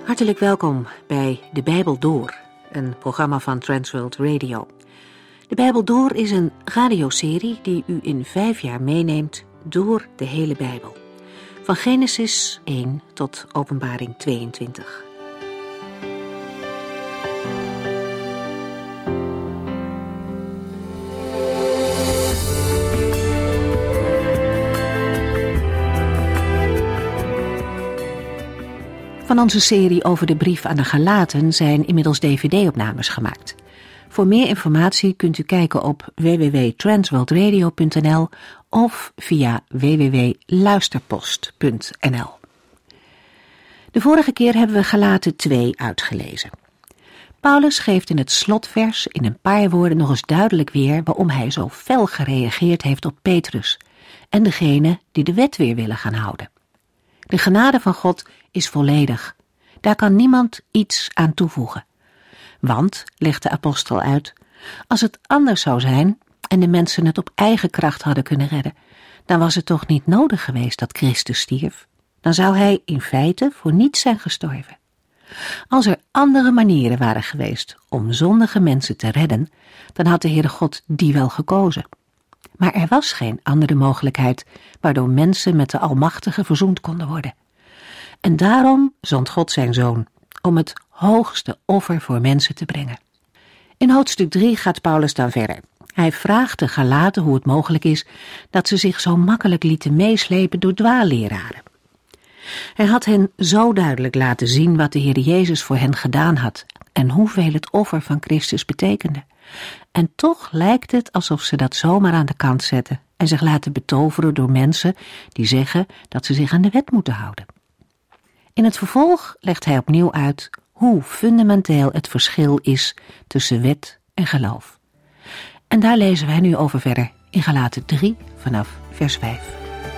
Hartelijk welkom bij De Bijbel Door, een programma van Transworld Radio. De Bijbel Door is een radioserie die u in 5 jaar meeneemt door de hele Bijbel. Van Genesis 1 tot Openbaring 22. Van onze serie over de brief aan de Galaten zijn inmiddels dvd-opnames gemaakt. Voor meer informatie kunt u kijken op www.transworldradio.nl of via www.luisterpost.nl. De vorige keer hebben we Galaten 2 uitgelezen. Paulus geeft in het slotvers in een paar woorden nog eens duidelijk weer waarom hij zo fel gereageerd heeft op Petrus en degene die de wet weer willen gaan houden. De genade van God is volledig. Daar kan niemand iets aan toevoegen. Want, legt de apostel uit, als het anders zou zijn en de mensen het op eigen kracht hadden kunnen redden, dan was het toch niet nodig geweest dat Christus stierf. Dan zou hij in feite voor niets zijn gestorven. Als er andere manieren waren geweest om zondige mensen te redden, dan had de Heere God die wel gekozen. Maar er was geen andere mogelijkheid waardoor mensen met de Almachtige verzoend konden worden. En daarom zond God zijn Zoon, om het hoogste offer voor mensen te brengen. In hoofdstuk 3 gaat Paulus dan verder. Hij vraagt de Galaten hoe het mogelijk is dat ze zich zo makkelijk lieten meeslepen door dwaalleraren. Hij had hen zo duidelijk laten zien wat de Heer Jezus voor hen gedaan had en hoeveel het offer van Christus betekende. En toch lijkt het alsof ze dat zomaar aan de kant zetten en zich laten betoveren door mensen die zeggen dat ze zich aan de wet moeten houden. In het vervolg legt hij opnieuw uit hoe fundamenteel het verschil is tussen wet en geloof. En daar lezen wij nu over verder in Galaten 3 vanaf vers 5.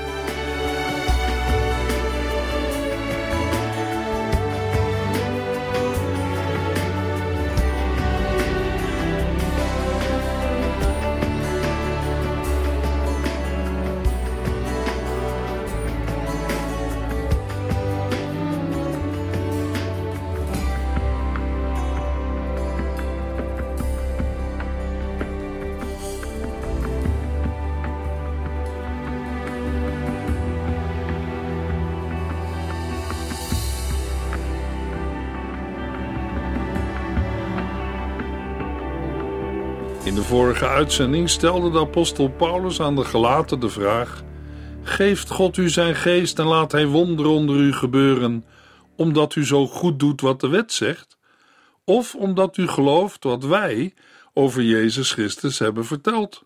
In de vorige uitzending stelde de apostel Paulus aan de Galaten de vraag: geeft God u zijn geest en laat hij wonderen onder u gebeuren, omdat u zo goed doet wat de wet zegt? Of omdat u gelooft wat wij over Jezus Christus hebben verteld?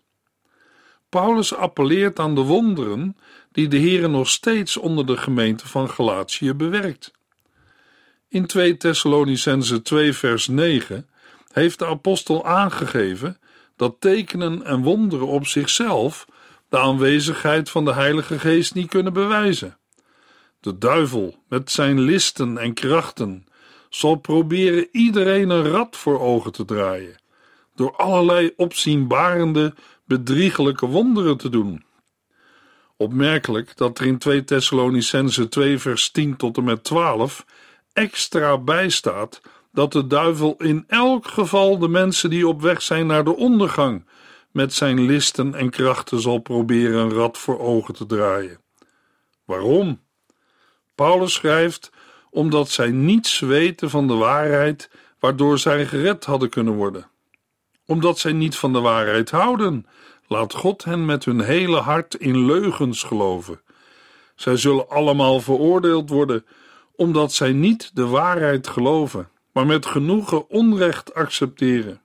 Paulus appelleert aan de wonderen die de Heere nog steeds onder de gemeente van Galatië bewerkt. In 2 Thessalonicenzen 2 vers 9 heeft de apostel aangegeven dat tekenen en wonderen op zichzelf de aanwezigheid van de Heilige Geest niet kunnen bewijzen. De duivel met zijn listen en krachten zal proberen iedereen een rad voor ogen te draaien, door allerlei opzienbarende, bedriegelijke wonderen te doen. Opmerkelijk dat er in 2 Thessalonicenzen 2 vers 10 tot en met 12 extra bijstaat dat de duivel in elk geval de mensen die op weg zijn naar de ondergang met zijn listen en krachten zal proberen een rad voor ogen te draaien. Waarom? Paulus schrijft, omdat zij niets weten van de waarheid waardoor zij gered hadden kunnen worden. Omdat zij niet van de waarheid houden, laat God hen met hun hele hart in leugens geloven. Zij zullen allemaal veroordeeld worden, omdat zij niet de waarheid geloven, maar met genoegen onrecht accepteren.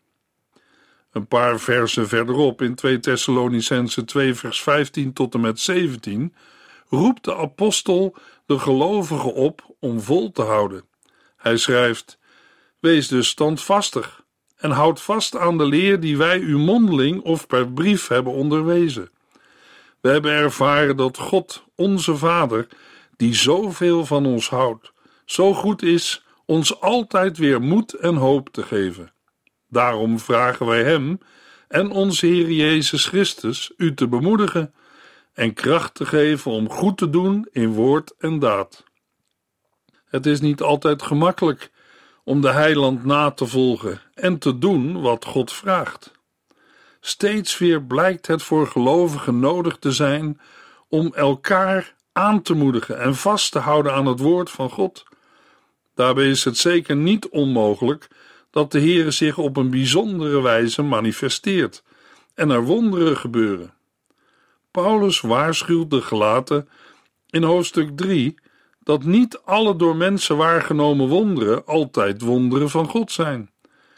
Een paar versen verderop in 2 Thessalonicenzen 2 vers 15 tot en met 17 roept de apostel de gelovigen op om vol te houden. Hij schrijft: wees dus standvastig en houd vast aan de leer die wij u mondeling of per brief hebben onderwezen. We hebben ervaren dat God, onze Vader, die zoveel van ons houdt, zo goed is ons altijd weer moed en hoop te geven. Daarom vragen wij Hem en onze Heer Jezus Christus u te bemoedigen en kracht te geven om goed te doen in woord en daad. Het is niet altijd gemakkelijk om de heiland na te volgen en te doen wat God vraagt. Steeds weer blijkt het voor gelovigen nodig te zijn om elkaar aan te moedigen en vast te houden aan het woord van God. Daarbij is het zeker niet onmogelijk dat de Heere zich op een bijzondere wijze manifesteert en er wonderen gebeuren. Paulus waarschuwt de gelaten in hoofdstuk 3 dat niet alle door mensen waargenomen wonderen altijd wonderen van God zijn.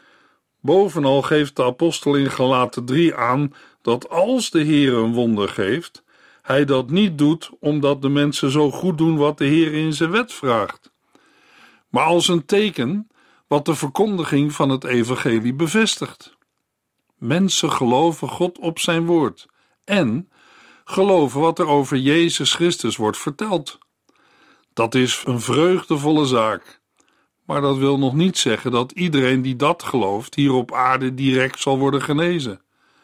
Bovenal geeft de apostel in Galaten 3 aan dat als de Heer een wonder geeft, hij dat niet doet omdat de mensen zo goed doen wat de Heer in zijn wet vraagt, maar als een teken wat de verkondiging van het evangelie bevestigt. Mensen geloven God op zijn woord en geloven wat er over Jezus Christus wordt verteld. Dat is een vreugdevolle zaak. Maar dat wil nog niet zeggen dat iedereen die dat gelooft hier op aarde direct zal worden genezen.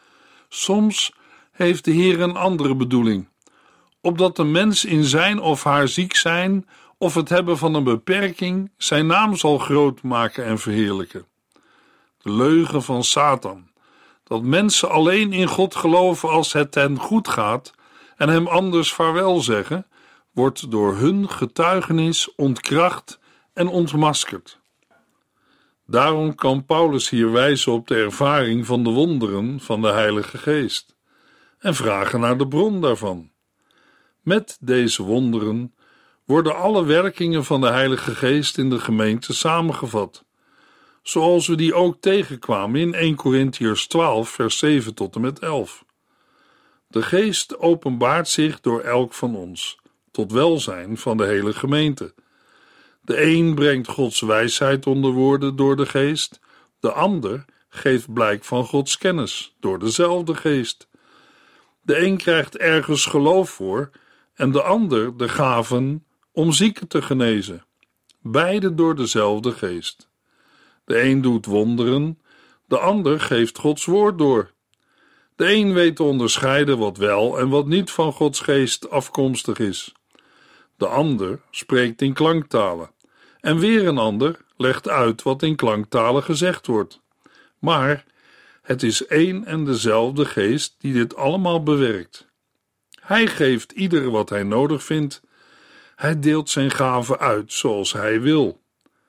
Soms heeft de Heer een andere bedoeling, opdat de mens in zijn of haar ziek zijn of het hebben van een beperking zijn naam zal groot maken en verheerlijken. De leugen van Satan, dat mensen alleen in God geloven als het hen goed gaat en hem anders vaarwel zeggen, wordt door hun getuigenis ontkracht en ontmaskerd. Daarom kan Paulus hier wijzen op de ervaring van de wonderen van de Heilige Geest en vragen naar de bron daarvan. Met deze wonderen worden alle werkingen van de Heilige Geest in de gemeente samengevat, zoals we die ook tegenkwamen in 1 Korintiërs 12 vers 7 tot en met 11. De Geest openbaart zich door elk van ons, tot welzijn van de hele gemeente. De een brengt Gods wijsheid onder woorden door de Geest, de ander geeft blijk van Gods kennis door dezelfde Geest. De een krijgt ergens geloof voor en de ander de gaven om zieken te genezen, beide door dezelfde Geest. De een doet wonderen, de ander geeft Gods woord door. De een weet te onderscheiden wat wel en wat niet van Gods Geest afkomstig is. De ander spreekt in klanktalen en weer een ander legt uit wat in klanktalen gezegd wordt. Maar het is één en dezelfde Geest die dit allemaal bewerkt. Hij geeft ieder wat hij nodig vindt. Hij deelt zijn gaven uit zoals hij wil.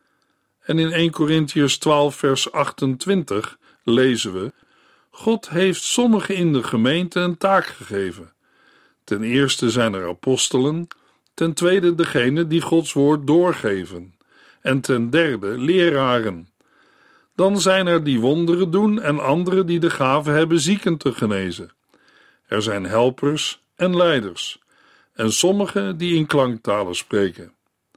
En in 1 Korintiërs 12 vers 28 lezen we: God heeft sommigen in de gemeente een taak gegeven. Ten eerste zijn er apostelen, ten tweede degenen die Gods woord doorgeven, en ten derde leraren. Dan zijn er die wonderen doen en anderen die de gave hebben zieken te genezen. Er zijn helpers en leiders, en sommigen die in klanktalen spreken.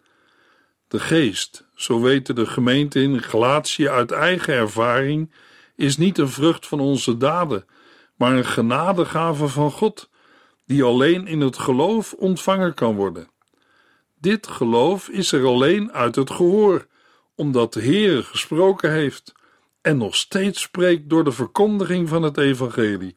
De Geest, zo weten de gemeenten in Galatië uit eigen ervaring, is niet een vrucht van onze daden, maar een genadegave van God, die alleen in het geloof ontvangen kan worden. Dit geloof is er alleen uit het gehoor, omdat de Heere gesproken heeft en nog steeds spreekt door de verkondiging van het evangelie.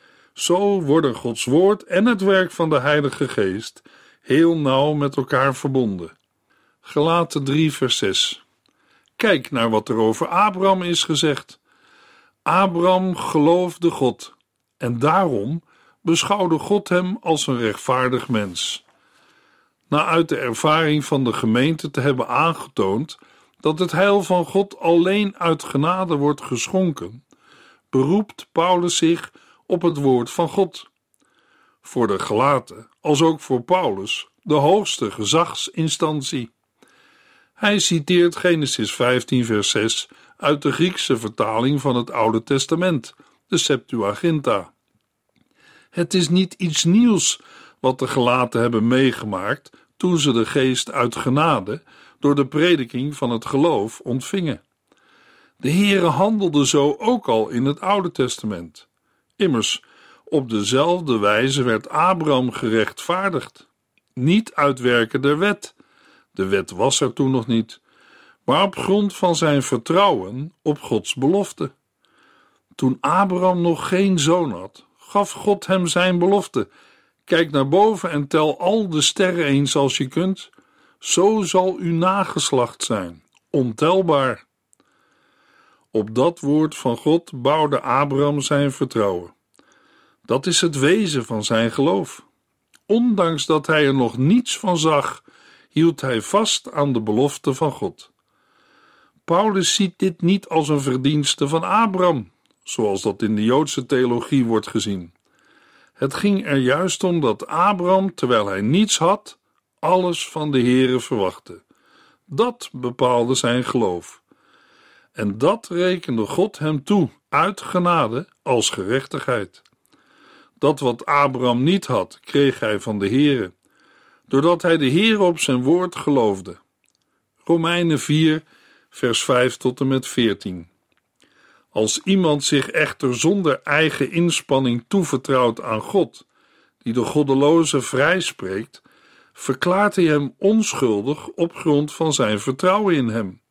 Zo worden Gods woord en het werk van de Heilige Geest heel nauw met elkaar verbonden. Galaten 3 vers 6. Kijk naar wat er over Abraham is gezegd. Abraham geloofde God en daarom beschouwde God hem als een rechtvaardig mens. Na uit de ervaring van de gemeente te hebben aangetoond dat het heil van God alleen uit genade wordt geschonken, beroept Paulus zich op het woord van God. Voor de gelaten, als ook voor Paulus, de hoogste gezagsinstantie. Hij citeert Genesis 15 vers 6 uit de Griekse vertaling van het Oude Testament, de Septuaginta. Het is niet iets nieuws wat de gelaten hebben meegemaakt toen ze de Geest uit genade door de prediking van het geloof ontvingen. De Heere handelde zo ook al in het Oude Testament. Immers, op dezelfde wijze werd Abraham gerechtvaardigd. Niet uit werken der wet. De wet was er toen nog niet, maar op grond van zijn vertrouwen op Gods belofte. Toen Abraham nog geen zoon had, gaf God hem zijn belofte. Kijk naar boven en tel al de sterren eens als je kunt. zo zal uw nageslacht zijn, ontelbaar. Op dat woord van God bouwde Abraham zijn vertrouwen. Dat is het wezen van zijn geloof. Ondanks dat hij er nog niets van zag, hield hij vast aan de belofte van God. Paulus ziet dit niet als een verdienste van Abraham, zoals dat in de Joodse theologie wordt gezien. Het ging er juist om dat Abraham, terwijl hij niets had, alles van de Heere verwachtte. Dat bepaalde zijn geloof. En dat rekende God hem toe, uit genade, als gerechtigheid. Dat wat Abraham niet had, kreeg hij van de Heere, doordat hij de Heere op zijn woord geloofde. Romeinen 4, vers 5 tot en met 14. Als iemand zich echter zonder eigen inspanning toevertrouwt aan God, die de goddeloze vrijspreekt, verklaart hij hem onschuldig op grond van zijn vertrouwen in hem.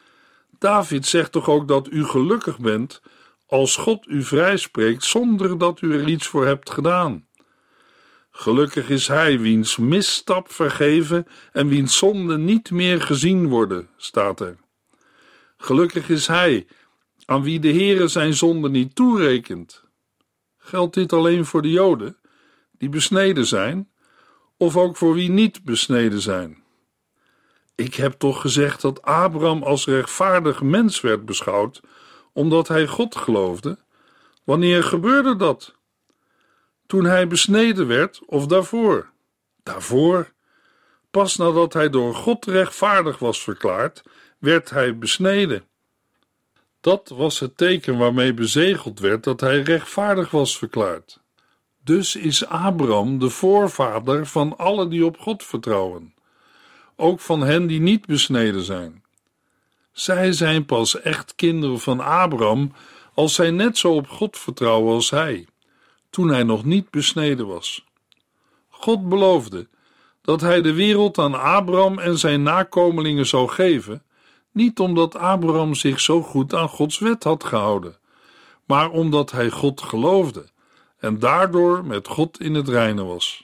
David zegt toch ook dat u gelukkig bent als God u vrijspreekt zonder dat u er iets voor hebt gedaan. Gelukkig is hij wiens misstap vergeven en wiens zonden niet meer gezien worden, staat er. Gelukkig is hij aan wie de Heere zijn zonde niet toerekent. Geldt dit alleen voor de Joden die besneden zijn, of ook voor wie niet besneden zijn? Ik heb toch gezegd dat Abraham als rechtvaardig mens werd beschouwd, omdat hij God geloofde? Wanneer gebeurde dat? Toen hij besneden werd of daarvoor? Daarvoor. Pas nadat hij door God rechtvaardig was verklaard, werd hij besneden. Dat was het teken waarmee bezegeld werd dat hij rechtvaardig was verklaard. Dus is Abraham de voorvader van allen die op God vertrouwen, ook van hen die niet besneden zijn. Zij zijn pas echt kinderen van Abraham als zij net zo op God vertrouwen als hij, toen hij nog niet besneden was. God beloofde dat hij de wereld aan Abraham en zijn nakomelingen zou geven, niet omdat Abraham zich zo goed aan Gods wet had gehouden, maar omdat hij God geloofde en daardoor met God in het reine was.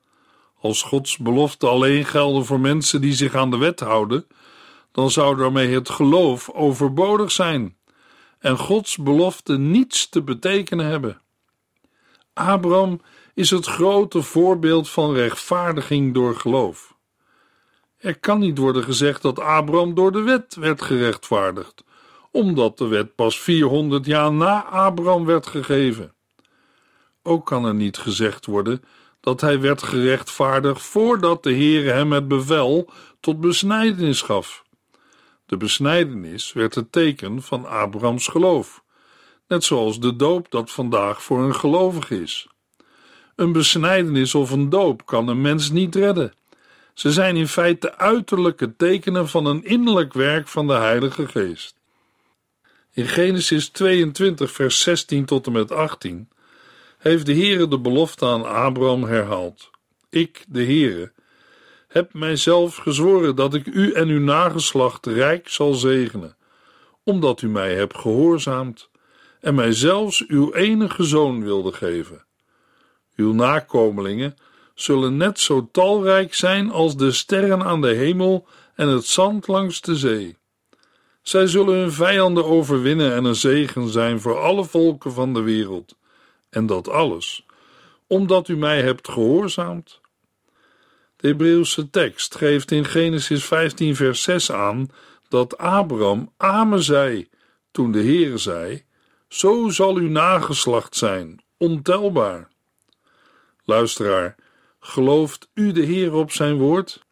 Als Gods belofte alleen gelden voor mensen die zich aan de wet houden, dan zou daarmee het geloof overbodig zijn en Gods belofte niets te betekenen hebben. Abraham is het grote voorbeeld van rechtvaardiging door geloof. Er kan niet worden gezegd dat Abraham door de wet werd gerechtvaardigd, omdat de wet pas 400 jaar na Abraham werd gegeven. Ook kan er niet gezegd worden dat hij werd gerechtvaardigd voordat de Heere hem het bevel tot besnijdenis gaf. De besnijdenis werd het teken van Abrahams geloof, net zoals de doop dat vandaag voor een gelovige is. Een besnijdenis of een doop kan een mens niet redden. Ze zijn in feite uiterlijke tekenen van een innerlijk werk van de Heilige Geest. In Genesis 22 vers 16 tot en met 18 heeft de Heere de belofte aan Abraham herhaald. Ik, de Heere, heb mijzelf gezworen dat ik u en uw nageslacht rijk zal zegenen, omdat u mij hebt gehoorzaamd en mij zelfs uw enige zoon wilde geven. Uw nakomelingen zullen net zo talrijk zijn als de sterren aan de hemel en het zand langs de zee. Zij zullen hun vijanden overwinnen en een zegen zijn voor alle volken van de wereld. En dat alles, omdat u mij hebt gehoorzaamd. De Hebreeuwse tekst geeft in Genesis 15 vers 6 aan dat Abraham amen zei toen de Heere zei, zo zal uw nageslacht zijn, ontelbaar. Luisteraar, gelooft u de Heer op zijn woord?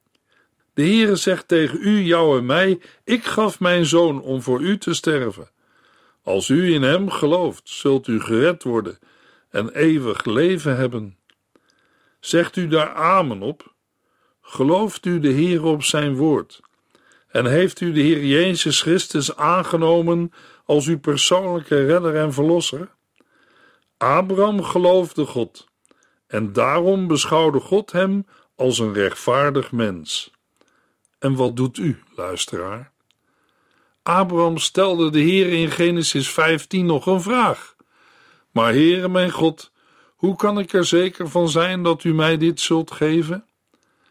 De Heere zegt tegen u, jou en mij, ik gaf mijn zoon om voor u te sterven. Als u in hem gelooft, zult u gered worden en eeuwig leven hebben. Zegt u daar amen op? Gelooft u de Heer op zijn woord? En heeft u de Heer Jezus Christus aangenomen als uw persoonlijke redder en verlosser? Abraham geloofde God en daarom beschouwde God hem als een rechtvaardig mens. En wat doet u, luisteraar? Abraham stelde de Heer in Genesis 15 nog een vraag. Maar Heere mijn God, hoe kan ik er zeker van zijn dat u mij dit zult geven?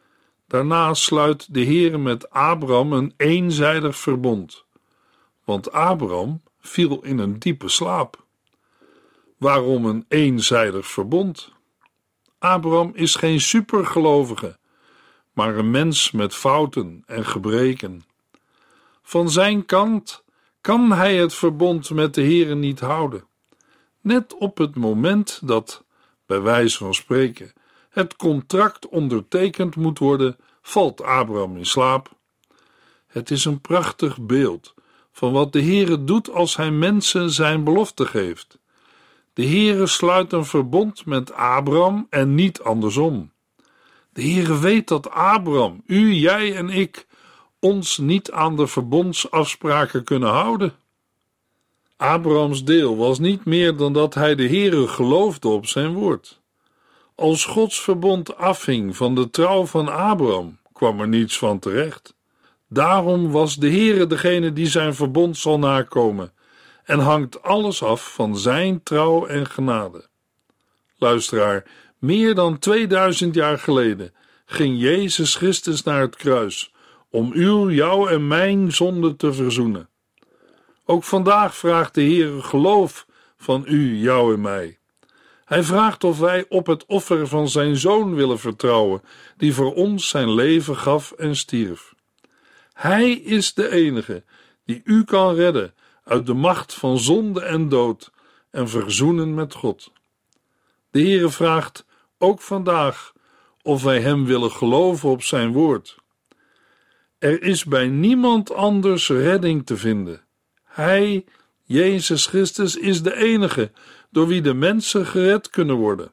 Daarna sluit de Heere met Abraham een eenzijdig verbond, want Abraham viel in een diepe slaap. Waarom een eenzijdig verbond? Abraham is geen supergelovige, maar een mens met fouten en gebreken. Van zijn kant kan hij het verbond met de Heere niet houden. Net op het moment dat, bij wijze van spreken, het contract ondertekend moet worden, valt Abraham in slaap. Het is een prachtig beeld van wat de Heere doet als hij mensen zijn belofte geeft. De Heere sluit een verbond met Abraham en niet andersom. De Heere weet dat Abraham, u, jij en ik, ons niet aan de verbondsafspraken kunnen houden. Abrahams deel was niet meer dan dat hij de Heere geloofde op zijn woord. Als Gods verbond afhing van de trouw van Abraham, kwam er niets van terecht. Daarom was de Heere degene die zijn verbond zal nakomen en hangt alles af van zijn trouw en genade. Luisteraar, meer dan 2000 jaar geleden ging Jezus Christus naar het kruis om jou en mijn zonde te verzoenen. Ook vandaag vraagt de Heere geloof van u, jou en mij. Hij vraagt of wij op het offer van zijn Zoon willen vertrouwen, die voor ons zijn leven gaf en stierf. Hij is de enige die u kan redden uit de macht van zonde en dood en verzoenen met God. De Heere vraagt ook vandaag of wij hem willen geloven op zijn woord. Er is bij niemand anders redding te vinden. Hij, Jezus Christus, is de enige door wie de mensen gered kunnen worden.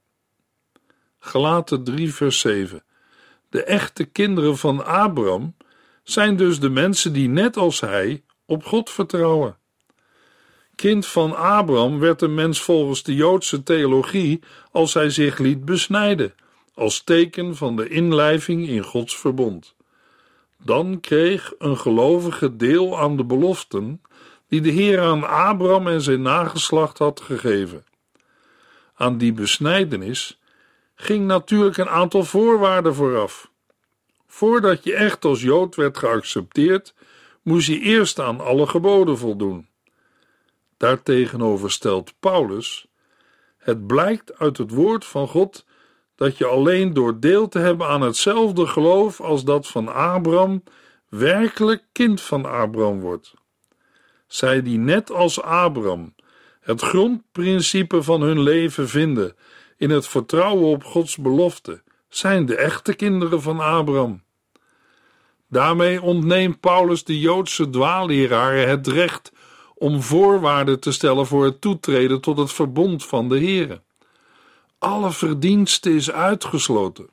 Galaten 3 vers 7. De echte kinderen van Abraham zijn dus de mensen die net als hij op God vertrouwen. Kind van Abraham werd een mens volgens de Joodse theologie als hij zich liet besnijden, als teken van de inlijving in Gods verbond. Dan kreeg een gelovige deel aan de beloften die de Heer aan Abraham en zijn nageslacht had gegeven. Aan die besnijdenis ging natuurlijk een aantal voorwaarden vooraf. Voordat je echt als Jood werd geaccepteerd, moest je eerst aan alle geboden voldoen. Daartegenover stelt Paulus: het blijkt uit het woord van God dat je alleen door deel te hebben aan hetzelfde geloof als dat van Abraham werkelijk kind van Abraham wordt. Zij die net als Abraham het grondprincipe van hun leven vinden in het vertrouwen op Gods belofte, zijn de echte kinderen van Abraham. Daarmee ontneemt Paulus de Joodse dwaalleraren het recht om voorwaarden te stellen voor het toetreden tot het verbond van de Heere. Alle verdienste is uitgesloten.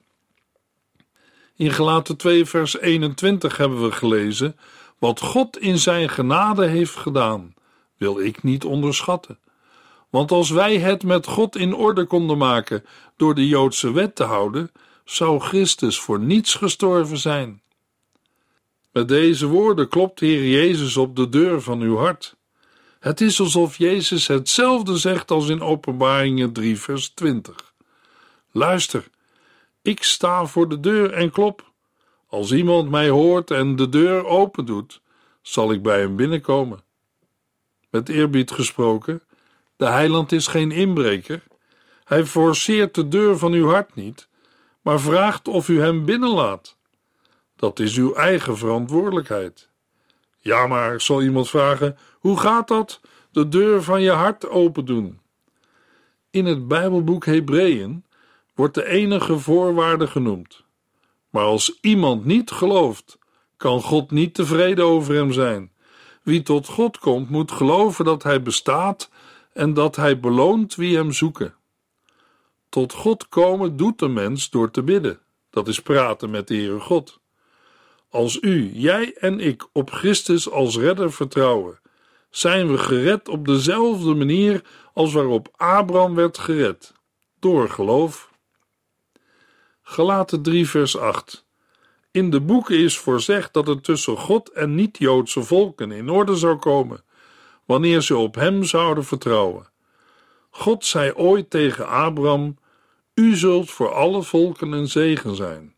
In Galaten 2 vers 21 hebben we gelezen: wat God in zijn genade heeft gedaan, wil ik niet onderschatten. Want als wij het met God in orde konden maken door de Joodse wet te houden, zou Christus voor niets gestorven zijn. Met deze woorden klopt de Heer Jezus op de deur van uw hart. Het is alsof Jezus hetzelfde zegt als in Openbaringen 3 vers 20. Luister, ik sta voor de deur en klop. Als iemand mij hoort en de deur open doet, zal ik bij hem binnenkomen. Met eerbied gesproken, de heiland is geen inbreker. Hij forceert de deur van uw hart niet, maar vraagt of u hem binnenlaat. Dat is uw eigen verantwoordelijkheid. Ja, maar, zal iemand vragen, hoe gaat dat? De deur van je hart open doen. In het Bijbelboek Hebreeën wordt de enige voorwaarde genoemd. Maar als iemand niet gelooft, kan God niet tevreden over hem zijn. Wie tot God komt, moet geloven dat hij bestaat en dat hij beloont wie hem zoeken. Tot God komen doet de mens door te bidden. Dat is praten met de Heere God. Als u, jij en ik op Christus als redder vertrouwen, zijn we gered op dezelfde manier als waarop Abraham werd gered, door geloof. Galaten 3 vers 8. In de boeken is voorzegd dat het tussen God en niet-Joodse volken in orde zou komen, wanneer ze op hem zouden vertrouwen. God zei ooit tegen Abraham: u zult voor alle volken een zegen zijn.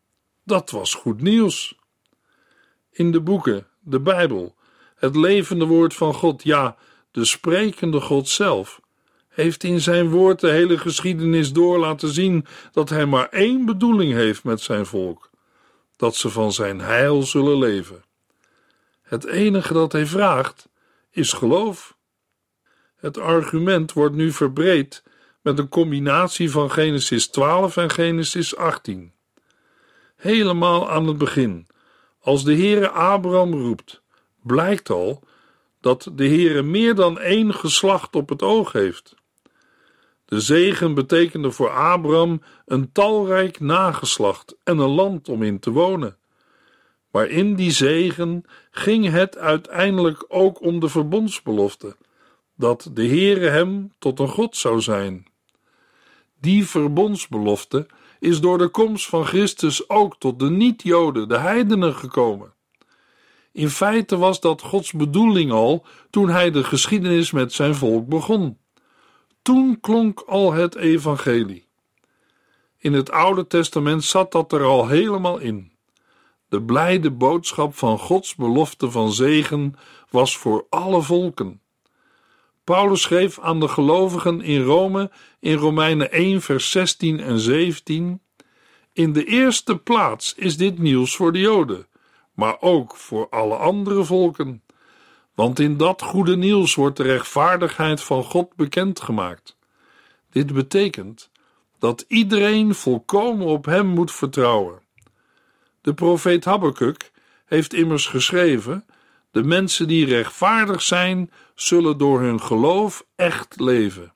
Dat was goed nieuws. In de boeken, de Bijbel, het levende woord van God, ja, de sprekende God zelf, heeft in zijn woord de hele geschiedenis door laten zien dat hij maar één bedoeling heeft met zijn volk: dat ze van zijn heil zullen leven. Het enige dat hij vraagt is geloof. Het argument wordt nu verbreed met een combinatie van Genesis 12 en Genesis 18. Helemaal aan het begin, als de Heere Abraham roept, blijkt al dat de Heere meer dan één geslacht op het oog heeft. De zegen betekende voor Abraham een talrijk nageslacht en een land om in te wonen. Maar in die zegen ging het uiteindelijk ook om de verbondsbelofte, dat de Heere hem tot een God zou zijn. Die verbondsbelofte is door de komst van Christus ook tot de niet-Joden, de heidenen, gekomen. In feite was dat Gods bedoeling al toen hij de geschiedenis met zijn volk begon. Toen klonk al het evangelie. In het Oude Testament zat dat er al helemaal in. De blijde boodschap van Gods belofte van zegen was voor alle volken. Paulus schreef aan de gelovigen in Rome in Romeinen 1 vers 16 en 17: in de eerste plaats is dit nieuws voor de Joden, maar ook voor alle andere volken. Want in dat goede nieuws wordt de rechtvaardigheid van God bekendgemaakt. Dit betekent dat iedereen volkomen op hem moet vertrouwen. De profeet Habakuk heeft immers geschreven: de mensen die rechtvaardig zijn, zullen door hun geloof echt leven.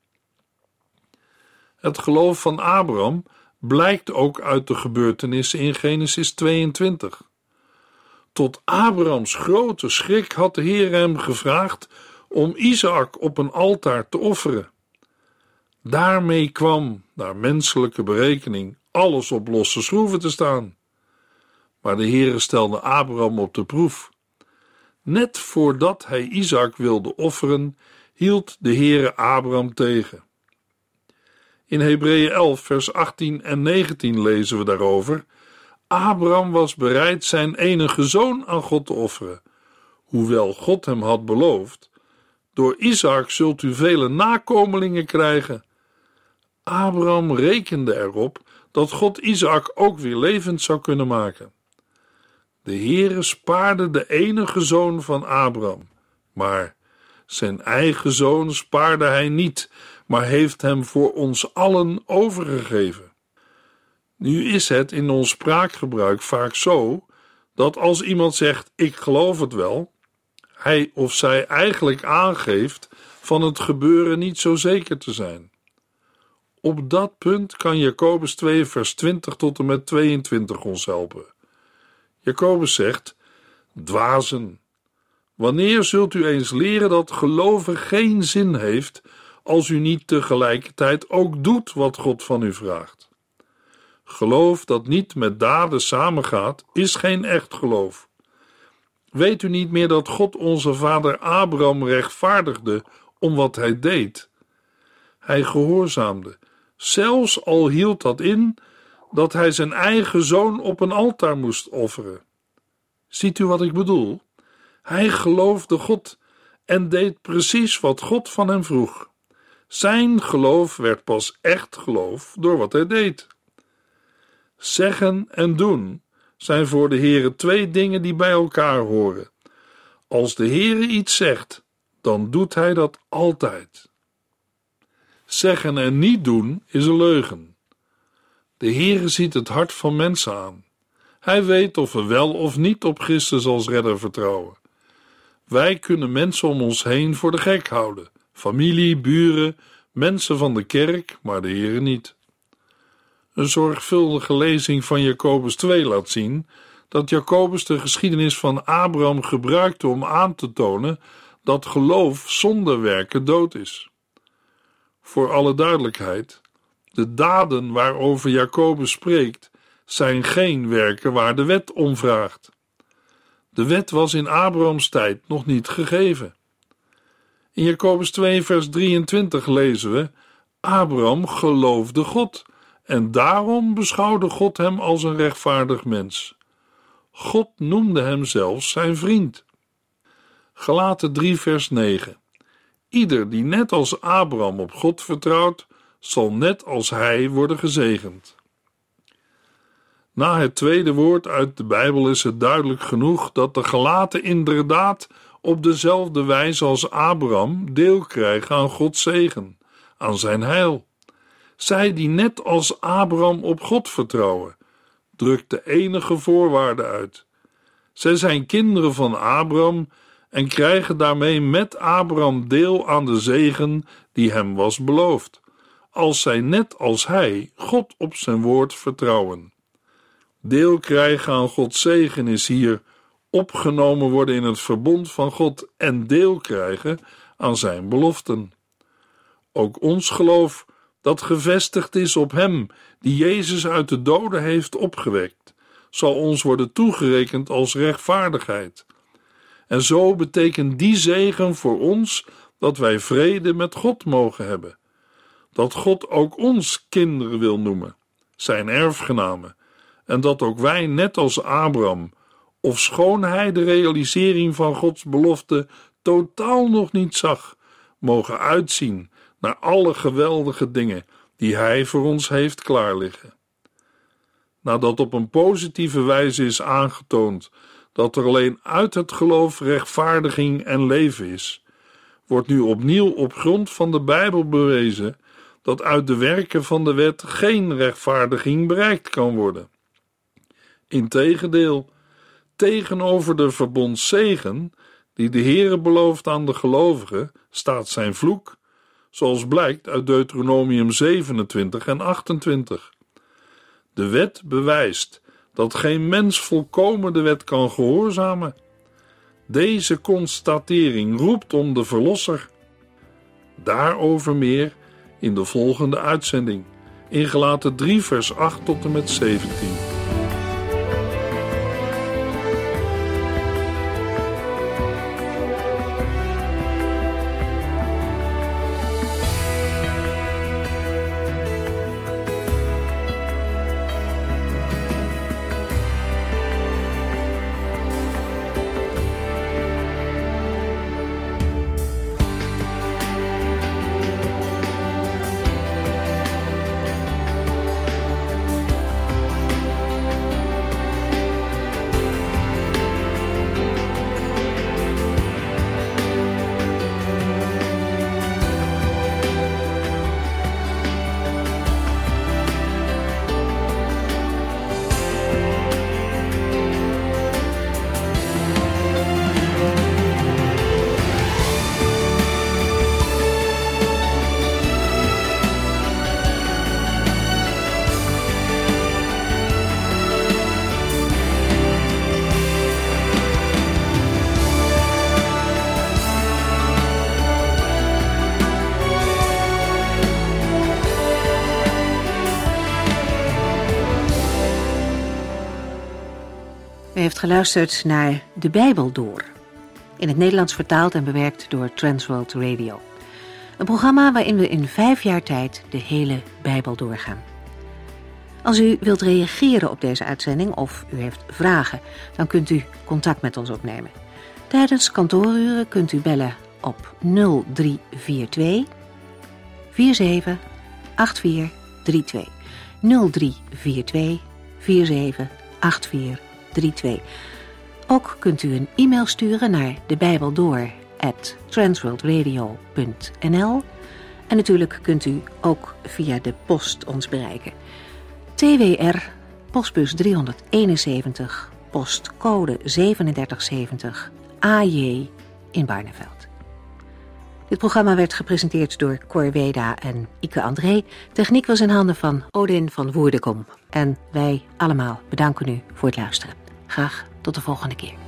Het geloof van Abraham blijkt ook uit de gebeurtenissen in Genesis 22. Tot Abrahams grote schrik had de Heer hem gevraagd om Isaak op een altaar te offeren. Daarmee kwam, naar menselijke berekening, alles op losse schroeven te staan. Maar de Heer stelde Abraham op de proef. Net voordat hij Isaak wilde offeren, hield de Heere Abraham tegen. In Hebreeën 11 vers 18 en 19 lezen we daarover: Abraham was bereid zijn enige zoon aan God te offeren, hoewel God hem had beloofd: door Isaak zult u vele nakomelingen krijgen. Abraham rekende erop dat God Isaak ook weer levend zou kunnen maken. De Heere spaarde de enige zoon van Abraham, maar zijn eigen zoon spaarde hij niet, maar heeft hem voor ons allen overgegeven. Nu is het in ons spraakgebruik vaak zo, dat als iemand zegt: ik geloof het wel, hij of zij eigenlijk aangeeft van het gebeuren niet zo zeker te zijn. Op dat punt kan Jacobus 2 vers 20 tot en met 22 ons helpen. Jacobus zegt: dwazen, wanneer zult u eens leren dat geloven geen zin heeft als u niet tegelijkertijd ook doet wat God van u vraagt? Geloof dat niet met daden samengaat, is geen echt geloof. Weet u niet meer dat God onze vader Abraham rechtvaardigde om wat hij deed? Hij gehoorzaamde, zelfs al hield dat in dat hij zijn eigen zoon op een altaar moest offeren. Ziet u wat ik bedoel? Hij geloofde God en deed precies wat God van hem vroeg. Zijn geloof werd pas echt geloof door wat hij deed. Zeggen en doen zijn voor de Heere twee dingen die bij elkaar horen. Als de Heere iets zegt, dan doet hij dat altijd. Zeggen en niet doen is een leugen. De Heere ziet het hart van mensen aan. Hij weet of we wel of niet op Christus als redder vertrouwen. Wij kunnen mensen om ons heen voor de gek houden. Familie, buren, mensen van de kerk, maar de Heere niet. Een zorgvuldige lezing van Jacobus 2 laat zien dat Jacobus de geschiedenis van Abraham gebruikte om aan te tonen dat geloof zonder werken dood is. Voor alle duidelijkheid, de daden waarover Jacobus spreekt zijn geen werken waar de wet om vraagt. De wet was in Abrahams tijd nog niet gegeven. In Jacobus 2 vers 23 lezen we: Abraham geloofde God en daarom beschouwde God hem als een rechtvaardig mens. God noemde hem zelfs zijn vriend. Galaten 3 vers 9. Ieder die net als Abraham op God vertrouwt, zal net als hij worden gezegend. Na het tweede woord uit de Bijbel is het duidelijk genoeg dat de Galaten inderdaad op dezelfde wijze als Abraham deel krijgen aan Gods zegen, aan zijn heil. Zij die net als Abraham op God vertrouwen, drukt de enige voorwaarde uit. Zij zijn kinderen van Abraham en krijgen daarmee met Abraham deel aan de zegen die hem was beloofd, als zij net als hij God op zijn woord vertrouwen. Deel krijgen aan Gods zegen is hier opgenomen worden in het verbond van God en deel krijgen aan zijn beloften. Ook ons geloof, dat gevestigd is op hem die Jezus uit de doden heeft opgewekt, zal ons worden toegerekend als rechtvaardigheid. En zo betekent die zegen voor ons dat wij vrede met God mogen hebben. Dat God ook ons kinderen wil noemen, zijn erfgenamen, en dat ook wij net als Abraham, ofschoon hij de realisering van Gods belofte totaal nog niet zag, mogen uitzien naar alle geweldige dingen die hij voor ons heeft klaarliggen. Nadat op een positieve wijze is aangetoond dat er alleen uit het geloof rechtvaardiging en leven is, wordt nu opnieuw op grond van de Bijbel bewezen dat uit de werken van de wet geen rechtvaardiging bereikt kan worden. Integendeel, tegenover de verbondszegen die de Heere belooft aan de gelovigen, staat zijn vloek, zoals blijkt uit Deuteronomium 27 en 28. De wet bewijst dat geen mens volkomen de wet kan gehoorzamen. Deze constatering roept om de Verlosser. Daarover meer in de volgende uitzending, in Galaten 3 vers 8 tot en met 17. U heeft geluisterd naar De Bijbel Door, in het Nederlands vertaald en bewerkt door Transworld Radio. Een programma waarin we in 5 jaar tijd de hele Bijbel doorgaan. Als u wilt reageren op deze uitzending of u heeft vragen, dan kunt u contact met ons opnemen. Tijdens kantooruren kunt u bellen op 0342 47 8432. 0342 47 8432. Ook kunt u een e-mail sturen naar debijbeldoor@transworldradio.nl en natuurlijk kunt u ook via de post ons bereiken. TWR, postbus 371, postcode 3770, AJ in Barneveld. Dit programma werd gepresenteerd door Cor Weda en Ike André. Techniek was in handen van Odin van Woerdekom. En wij allemaal bedanken u voor het luisteren. Graag tot de volgende keer.